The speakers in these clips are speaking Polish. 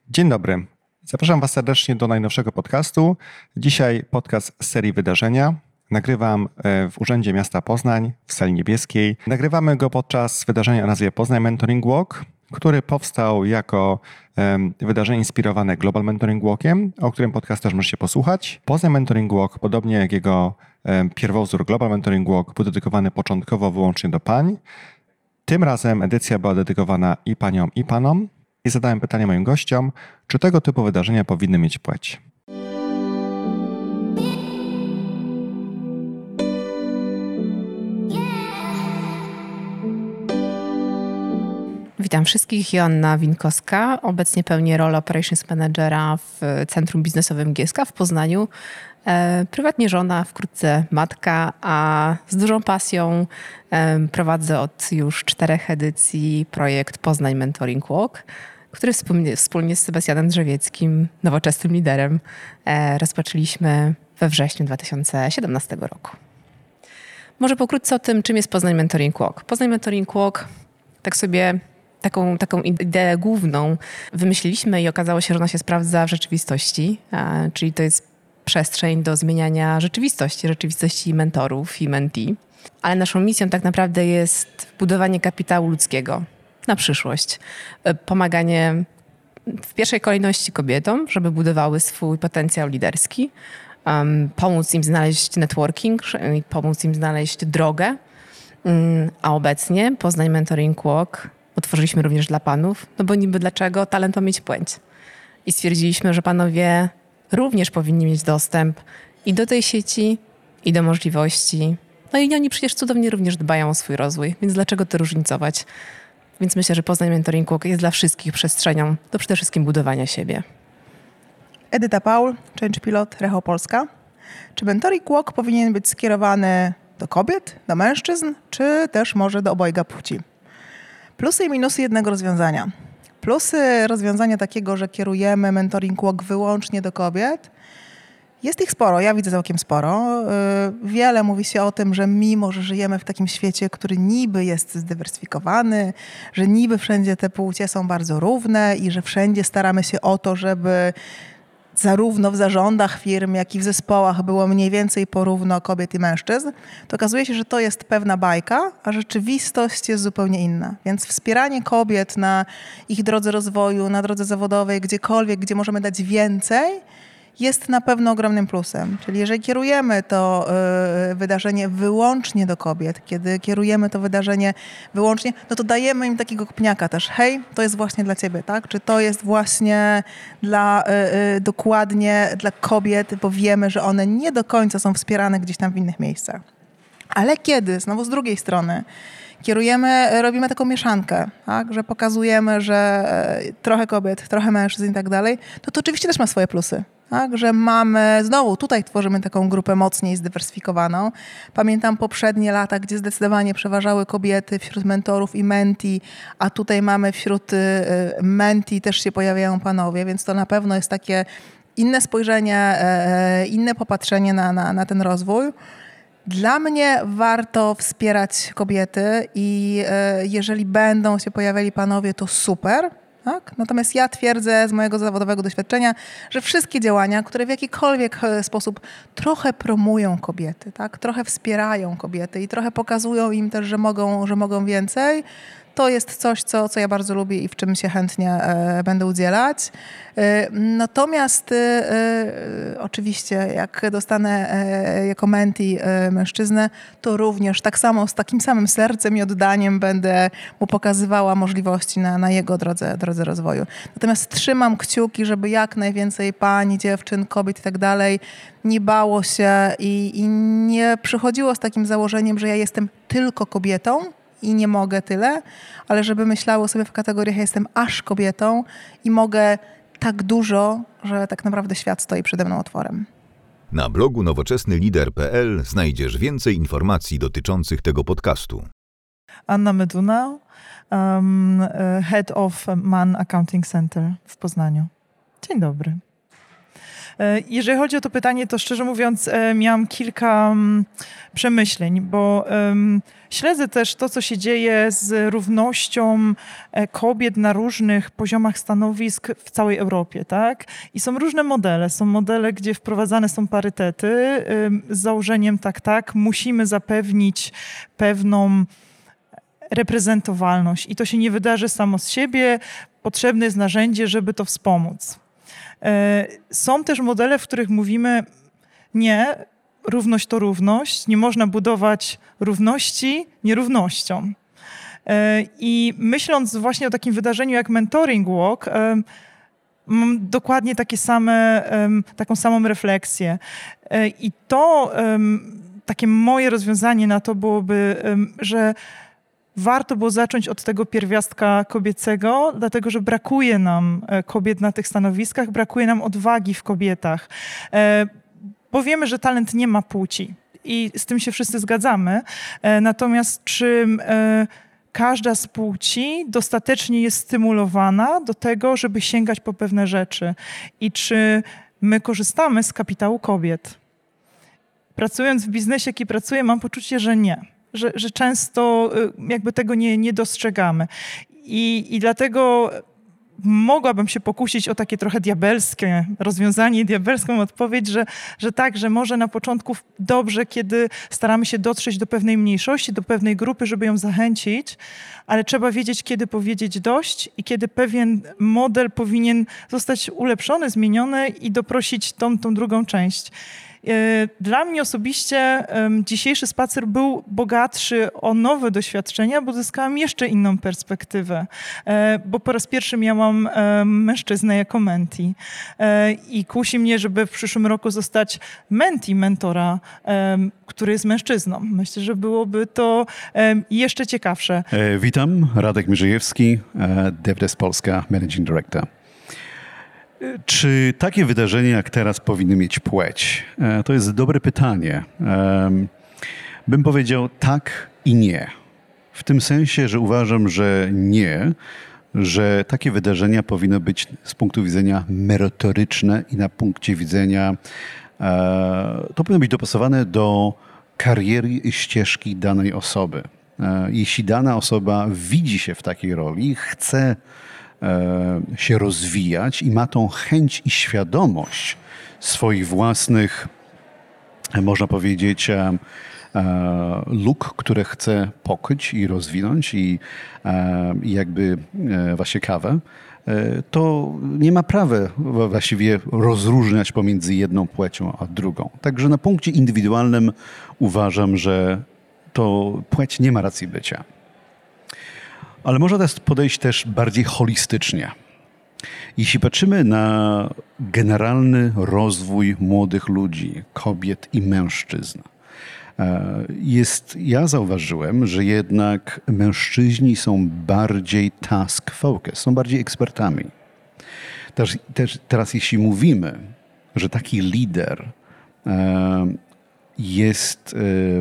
Dzień dobry. Zapraszam Was serdecznie do najnowszego podcastu. Dzisiaj podcast z serii Wydarzenia. Nagrywam w Urzędzie Miasta Poznań w sali niebieskiej. Nagrywamy go podczas wydarzenia o nazwie Poznań Mentoring Walk, który powstał jako wydarzenie inspirowane Global Mentoring Walkiem, o którym podcast też możecie posłuchać. Poznań Mentoring Walk, podobnie jak jego pierwowzór Global Mentoring Walk, był dedykowany początkowo wyłącznie do pań. Tym razem edycja była dedykowana i paniom, i panom. I zadałem pytanie moim gościom, czy tego typu wydarzenia powinny mieć płeć. Witam wszystkich, Joanna Winkowska. Obecnie pełnię rolę Operations Managera w Centrum Biznesowym GSK w Poznaniu. Prywatnie żona, wkrótce matka, a z dużą pasją prowadzę od już 4 edycji projekt Poznań Mentoring Walk, który wspólnie z Sebastianem Drzewieckim, nowoczesnym liderem, rozpoczęliśmy we wrześniu 2017 roku. Może pokrótce o tym, czym jest Poznań Mentoring Walk. Poznań Mentoring Walk, taką ideę główną wymyśliliśmy i okazało się, że ona się sprawdza w rzeczywistości, czyli to jest przestrzeń do zmieniania rzeczywistości mentorów i mentee. Ale naszą misją tak naprawdę jest budowanie kapitału ludzkiego na przyszłość. Pomaganie w pierwszej kolejności kobietom, żeby budowały swój potencjał liderski, pomóc im znaleźć networking, pomóc im znaleźć drogę. A obecnie Poznań Mentoring Walk otworzyliśmy również dla panów, no bo niby dlaczego talent ma mieć płeć. I stwierdziliśmy, że panowie również powinni mieć dostęp i do tej sieci, i do możliwości. No i oni przecież cudownie również dbają o swój rozwój, więc dlaczego to różnicować? Więc myślę, że Poznań Mentoring Walk jest dla wszystkich przestrzenią do przede wszystkim budowania siebie. Edyta Paul, Change Pilot, Recho Polska. Czy Mentoring Walk powinien być skierowany do kobiet, do mężczyzn, czy też może do obojga płci? Plusy i minusy jednego rozwiązania. Plusy rozwiązania takiego, że kierujemy Mentoring Walk wyłącznie do kobiet. Jest ich sporo, ja widzę całkiem sporo. Wiele mówi się o tym, że mimo, że żyjemy w takim świecie, który niby jest zdywersyfikowany, że niby wszędzie te płcie są bardzo równe i że wszędzie staramy się o to, żeby zarówno w zarządach firm, jak i w zespołach było mniej więcej porówno kobiet i mężczyzn, to okazuje się, że to jest pewna bajka, a rzeczywistość jest zupełnie inna. Więc wspieranie kobiet na ich drodze rozwoju, na drodze zawodowej, gdziekolwiek, gdzie możemy dać więcej, jest na pewno ogromnym plusem. Czyli jeżeli kierujemy to wydarzenie wyłącznie do kobiet, kiedy kierujemy to wydarzenie wyłącznie, no to dajemy im takiego pniaka też. Hej, to jest właśnie dla ciebie, tak? Czy to jest właśnie dokładnie dla kobiet, bo wiemy, że one nie do końca są wspierane gdzieś tam w innych miejscach. Ale kiedy, znowu z drugiej strony, robimy taką mieszankę, tak? Że pokazujemy, że trochę kobiet, trochę mężczyzn i tak dalej, to oczywiście też ma swoje plusy. Tak, że znowu tutaj tworzymy taką grupę mocniej zdywersyfikowaną. Pamiętam poprzednie lata, gdzie zdecydowanie przeważały kobiety wśród mentorów i mentee, a tutaj mamy wśród mentee też się pojawiają panowie, więc to na pewno jest takie inne spojrzenie, inne popatrzenie na ten rozwój. Dla mnie warto wspierać kobiety i jeżeli będą się pojawiali panowie, to super. Tak? Natomiast ja twierdzę z mojego zawodowego doświadczenia, że wszystkie działania, które w jakikolwiek sposób trochę promują kobiety, tak? Trochę wspierają kobiety i trochę pokazują im też, że mogą więcej, to jest coś, co ja bardzo lubię i w czym się chętnie będę udzielać. Natomiast oczywiście jak dostanę jako mentee mężczyznę, to również tak samo z takim samym sercem i oddaniem będę mu pokazywała możliwości na jego drodze rozwoju. Natomiast trzymam kciuki, żeby jak najwięcej pań, dziewczyn, kobiet i tak dalej nie bało się i nie przychodziło z takim założeniem, że ja jestem tylko kobietą i nie mogę tyle, ale żeby myślało sobie w kategoriach, ja jestem aż kobietą i mogę tak dużo, że tak naprawdę świat stoi przede mną otworem. Na blogu nowoczesnylider.pl znajdziesz więcej informacji dotyczących tego podcastu. Anna Meduna, Head of MAN Accounting Center w Poznaniu. Dzień dobry. Jeżeli chodzi o to pytanie, to szczerze mówiąc miałam kilka przemyśleń, bo śledzę też to, co się dzieje z równością kobiet na różnych poziomach stanowisk w całej Europie, tak? I są różne modele. Są modele, gdzie wprowadzane są parytety z założeniem tak, musimy zapewnić pewną reprezentowalność i to się nie wydarzy samo z siebie. Potrzebne jest narzędzie, żeby to wspomóc. Są też modele, w których mówimy nie, równość to równość, nie można budować równości nierównością. I myśląc właśnie o takim wydarzeniu jak Mentoring Walk, mam dokładnie taką samą refleksję. I to takie moje rozwiązanie na to byłoby, że warto było zacząć od tego pierwiastka kobiecego, dlatego że brakuje nam kobiet na tych stanowiskach, brakuje nam odwagi w kobietach. Bo wiemy, że talent nie ma płci i z tym się wszyscy zgadzamy. Natomiast czy każda z płci dostatecznie jest stymulowana do tego, żeby sięgać po pewne rzeczy? I czy my korzystamy z kapitału kobiet? Pracując w biznesie, jaki pracuję, mam poczucie, że nie. Że często jakby tego nie dostrzegamy. I dlatego mogłabym się pokusić o takie trochę diabelskie rozwiązanie, diabelską odpowiedź, że tak, że może na początku dobrze, kiedy staramy się dotrzeć do pewnej mniejszości, do pewnej grupy, żeby ją zachęcić, ale trzeba wiedzieć, kiedy powiedzieć dość i kiedy pewien model powinien zostać ulepszony, zmieniony i doprosić tą drugą część. Dla mnie osobiście dzisiejszy spacer był bogatszy o nowe doświadczenia, bo zyskałam jeszcze inną perspektywę, bo po raz pierwszy miałam mężczyznę jako mentee i kusi mnie, żeby w przyszłym roku zostać mentora, który jest mężczyzną. Myślę, że byłoby to jeszcze ciekawsze. Witam, Radek Mierzejewski, DevDesk Polska, Managing Director. Czy takie wydarzenia jak teraz powinny mieć płeć? To jest dobre pytanie. Bym powiedział tak i nie. W tym sensie, że uważam, że nie, że takie wydarzenia powinny być z punktu widzenia merytoryczne i na punkcie widzenia to powinno być dopasowane do kariery i ścieżki danej osoby. Jeśli dana osoba widzi się w takiej roli, chce się rozwijać i ma tą chęć i świadomość swoich własnych, można powiedzieć, luk, które chce pokryć i rozwinąć i jakby właśnie kawę, to nie ma prawa właściwie rozróżniać pomiędzy jedną płcią a drugą. Także na punkcie indywidualnym uważam, że to płeć nie ma racji bycia. Ale można podejść też bardziej holistycznie. Jeśli patrzymy na generalny rozwój młodych ludzi, kobiet i mężczyzn, ja zauważyłem, że jednak mężczyźni są bardziej task focused, są bardziej ekspertami. Teraz jeśli mówimy, że taki lider jest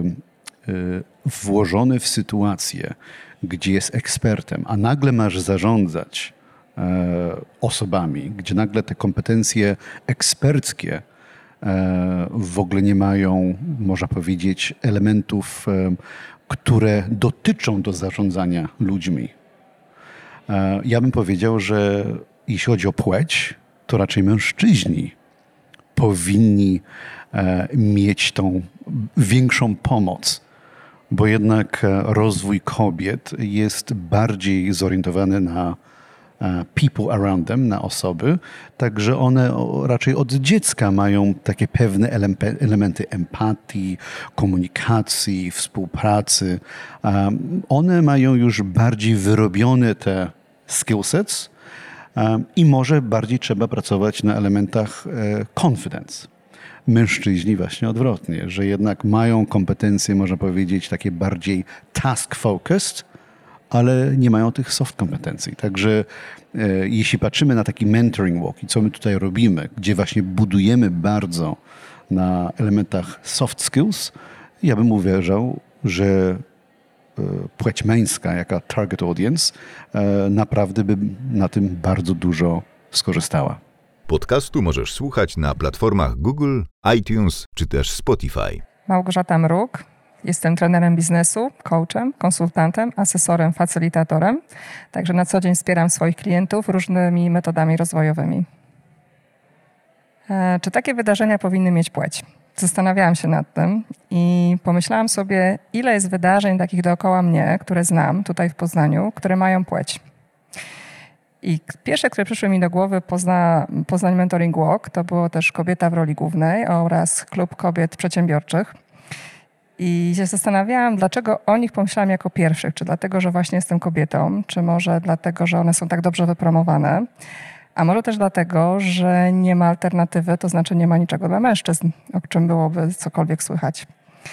włożony w sytuację, gdzie jest ekspertem, a nagle masz zarządzać osobami, gdzie nagle te kompetencje eksperckie w ogóle nie mają, można powiedzieć, elementów, które dotyczą do zarządzania ludźmi. Ja bym powiedział, że jeśli chodzi o płeć, to raczej mężczyźni powinni mieć tą większą pomoc, bo jednak rozwój kobiet jest bardziej zorientowany na people around them, na osoby, także one raczej od dziecka mają takie pewne elementy empatii, komunikacji, współpracy. One mają już bardziej wyrobione te skill sets i może bardziej trzeba pracować na elementach confidence. Mężczyźni właśnie odwrotnie, że jednak mają kompetencje, można powiedzieć, takie bardziej task-focused, ale nie mają tych soft kompetencji. Także jeśli patrzymy na taki mentoring walk i co my tutaj robimy, gdzie właśnie budujemy bardzo na elementach soft skills, ja bym uważał, że płeć męska, jaka target audience, naprawdę by na tym bardzo dużo skorzystała. Podcastu możesz słuchać na platformach Google, iTunes czy też Spotify. Małgorzata Mruk. Jestem trenerem biznesu, coachem, konsultantem, asesorem, facylitatorem. Także na co dzień wspieram swoich klientów różnymi metodami rozwojowymi. Czy takie wydarzenia powinny mieć płeć? Zastanawiałam się nad tym i pomyślałam sobie, ile jest wydarzeń takich dookoła mnie, które znam tutaj w Poznaniu, które mają płeć. I pierwsze, które przyszły mi do głowy, Poznań Mentoring Walk, to było też Kobieta w roli głównej oraz Klub Kobiet Przedsiębiorczych. I się zastanawiałam, dlaczego o nich pomyślałam jako pierwszych. Czy dlatego, że właśnie jestem kobietą, czy może dlatego, że one są tak dobrze wypromowane, a może też dlatego, że nie ma alternatywy, to znaczy nie ma niczego dla mężczyzn, o czym byłoby cokolwiek słychać.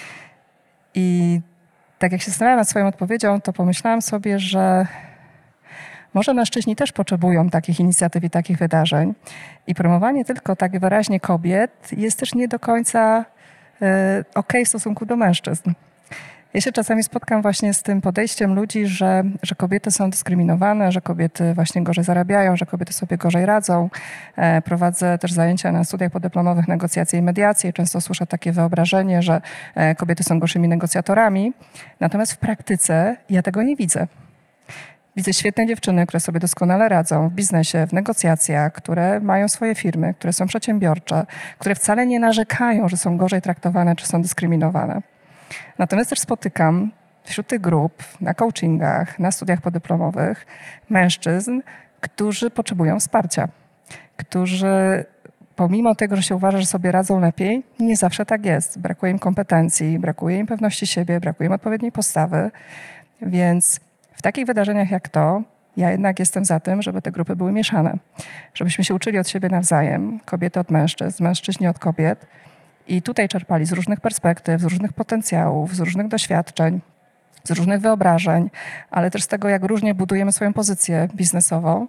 I tak jak się zastanawiałam nad swoją odpowiedzią, to pomyślałam sobie, że może mężczyźni też potrzebują takich inicjatyw i takich wydarzeń. I promowanie tylko tak wyraźnie kobiet jest też nie do końca okej w stosunku do mężczyzn. Ja się czasami spotkam właśnie z tym podejściem ludzi, że kobiety są dyskryminowane, że kobiety właśnie gorzej zarabiają, że kobiety sobie gorzej radzą. Prowadzę też zajęcia na studiach podyplomowych negocjacje i mediacje. Często słyszę takie wyobrażenie, że kobiety są gorszymi negocjatorami. Natomiast w praktyce ja tego nie widzę. Widzę świetne dziewczyny, które sobie doskonale radzą w biznesie, w negocjacjach, które mają swoje firmy, które są przedsiębiorcze, które wcale nie narzekają, że są gorzej traktowane czy są dyskryminowane. Natomiast też spotykam wśród tych grup, na coachingach, na studiach podyplomowych mężczyzn, którzy potrzebują wsparcia, którzy pomimo tego, że się uważa, że sobie radzą lepiej, nie zawsze tak jest. Brakuje im kompetencji, brakuje im pewności siebie, brakuje im odpowiedniej postawy, więc w takich wydarzeniach jak to, ja jednak jestem za tym, żeby te grupy były mieszane. Żebyśmy się uczyli od siebie nawzajem, kobiety od mężczyzn, mężczyźni od kobiet i tutaj czerpali z różnych perspektyw, z różnych potencjałów, z różnych doświadczeń, z różnych wyobrażeń, ale też z tego, jak różnie budujemy swoją pozycję biznesową.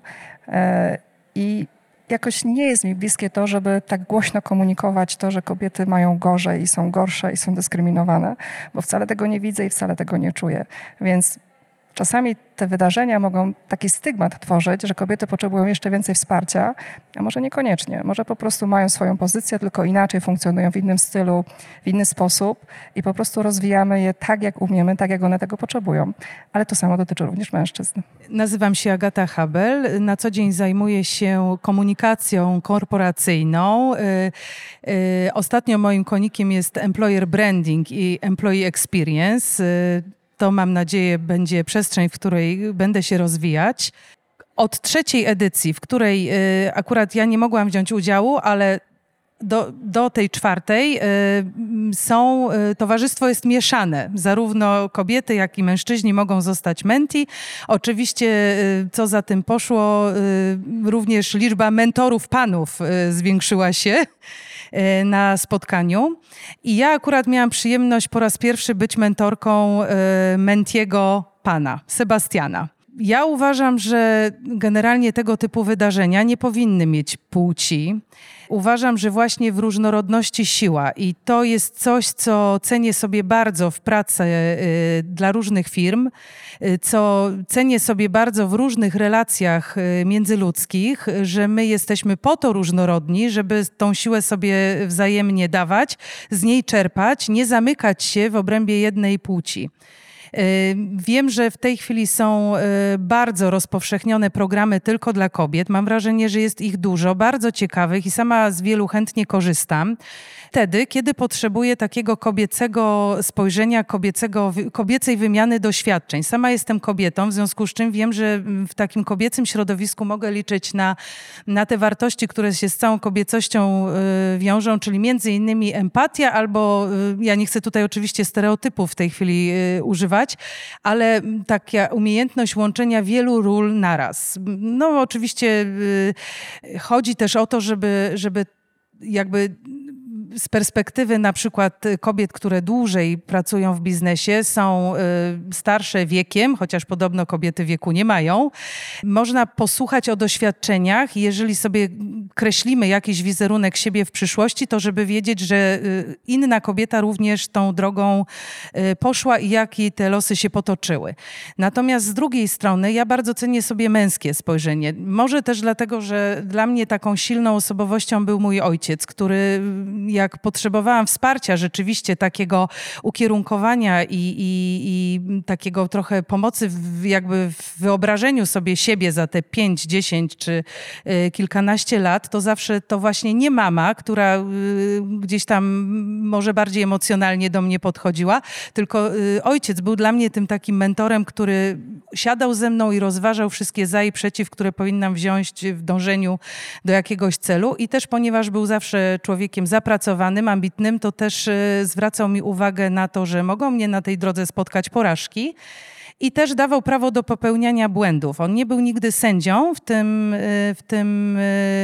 I jakoś nie jest mi bliskie to, żeby tak głośno komunikować to, że kobiety mają gorzej i są gorsze i są dyskryminowane, bo wcale tego nie widzę i wcale tego nie czuję. Więc czasami te wydarzenia mogą taki stygmat tworzyć, że kobiety potrzebują jeszcze więcej wsparcia, a może niekoniecznie. Może po prostu mają swoją pozycję, tylko inaczej funkcjonują w innym stylu, w inny sposób i po prostu rozwijamy je tak, jak umiemy, tak, jak one tego potrzebują. Ale to samo dotyczy również mężczyzn. Nazywam się Agata Habel. Na co dzień zajmuję się komunikacją korporacyjną. Ostatnio moim konikiem jest employer branding i employee experience. To mam nadzieję będzie przestrzeń, w której będę się rozwijać. Od 3. edycji, w której akurat ja nie mogłam wziąć udziału, ale do tej 4. towarzystwo jest mieszane. Zarówno kobiety, jak i mężczyźni mogą zostać menti. Oczywiście, co za tym poszło, również liczba mentorów panów zwiększyła się na spotkaniu. I ja akurat miałam przyjemność po raz pierwszy być mentorką mentiego pana, Sebastiana. Ja uważam, że generalnie tego typu wydarzenia nie powinny mieć płci. Uważam, że właśnie w różnorodności siła i to jest coś, co cenię sobie bardzo w pracy dla różnych firm, co cenię sobie bardzo w różnych relacjach międzyludzkich, że my jesteśmy po to różnorodni, żeby tą siłę sobie wzajemnie dawać, z niej czerpać, nie zamykać się w obrębie jednej płci. Wiem, że w tej chwili są bardzo rozpowszechnione programy tylko dla kobiet. Mam wrażenie, że jest ich dużo, bardzo ciekawych i sama z wielu chętnie korzystam. Wtedy, kiedy potrzebuję takiego kobiecego spojrzenia, kobiecej wymiany doświadczeń. Sama jestem kobietą, w związku z czym wiem, że w takim kobiecym środowisku mogę liczyć na te wartości, które się z całą kobiecością wiążą, czyli między innymi empatia albo, ja nie chcę tutaj oczywiście stereotypów w tej chwili używać, ale taka umiejętność łączenia wielu ról naraz. No oczywiście chodzi też o to, żeby jakby z perspektywy na przykład kobiet, które dłużej pracują w biznesie, są starsze wiekiem, chociaż podobno kobiety wieku nie mają. Można posłuchać o doświadczeniach. Jeżeli sobie kreślimy jakiś wizerunek siebie w przyszłości, to żeby wiedzieć, że inna kobieta również tą drogą poszła i jak jej te losy się potoczyły. Natomiast z drugiej strony ja bardzo cenię sobie męskie spojrzenie. Może też dlatego, że dla mnie taką silną osobowością był mój ojciec, który jak potrzebowałam wsparcia rzeczywiście takiego ukierunkowania i takiego trochę pomocy jakby w wyobrażeniu sobie siebie za te 5, 10 czy kilkanaście lat, to zawsze to właśnie nie mama, która gdzieś tam może bardziej emocjonalnie do mnie podchodziła, tylko ojciec był dla mnie tym takim mentorem, który siadał ze mną i rozważał wszystkie za i przeciw, które powinnam wziąć w dążeniu do jakiegoś celu. I też ponieważ był zawsze człowiekiem zapracowanym, ambitnym, to też zwracał mi uwagę na to, że mogą mnie na tej drodze spotkać porażki. I też dawał prawo do popełniania błędów. On nie był nigdy sędzią w tym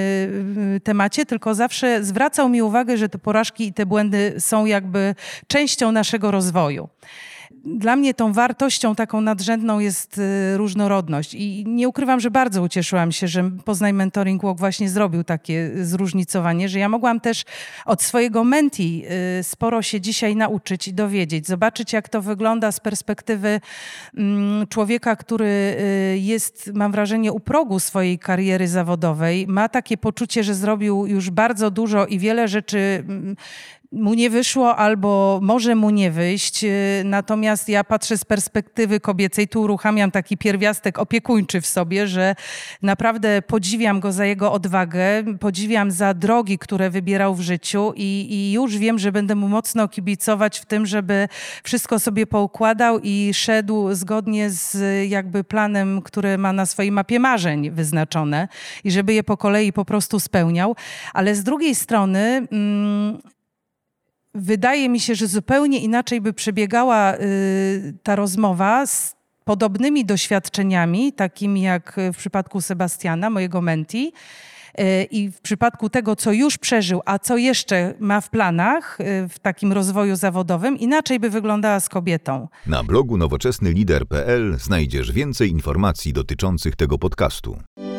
temacie, tylko zawsze zwracał mi uwagę, że te porażki i te błędy są jakby częścią naszego rozwoju. Dla mnie tą wartością taką nadrzędną jest różnorodność i nie ukrywam, że bardzo ucieszyłam się, że Poznań Mentoring Walk właśnie zrobił takie zróżnicowanie, że ja mogłam też od swojego mentee sporo się dzisiaj nauczyć i dowiedzieć, zobaczyć jak to wygląda z perspektywy człowieka, który jest, mam wrażenie, u progu swojej kariery zawodowej, ma takie poczucie, że zrobił już bardzo dużo i wiele rzeczy mu nie wyszło albo może mu nie wyjść. Natomiast ja patrzę z perspektywy kobiecej, tu uruchamiam taki pierwiastek opiekuńczy w sobie, że naprawdę podziwiam go za jego odwagę, podziwiam za drogi, które wybierał w życiu i już wiem, że będę mu mocno kibicować w tym, żeby wszystko sobie poukładał i szedł zgodnie z jakby planem, który ma na swojej mapie marzeń wyznaczone i żeby je po kolei po prostu spełniał. Ale z drugiej strony wydaje mi się, że zupełnie inaczej by przebiegała ta rozmowa z podobnymi doświadczeniami, takimi jak w przypadku Sebastiana, mojego mentee, i w przypadku tego, co już przeżył, a co jeszcze ma w planach w takim rozwoju zawodowym, inaczej by wyglądała z kobietą. Na blogu nowoczesnylider.pl znajdziesz więcej informacji dotyczących tego podcastu.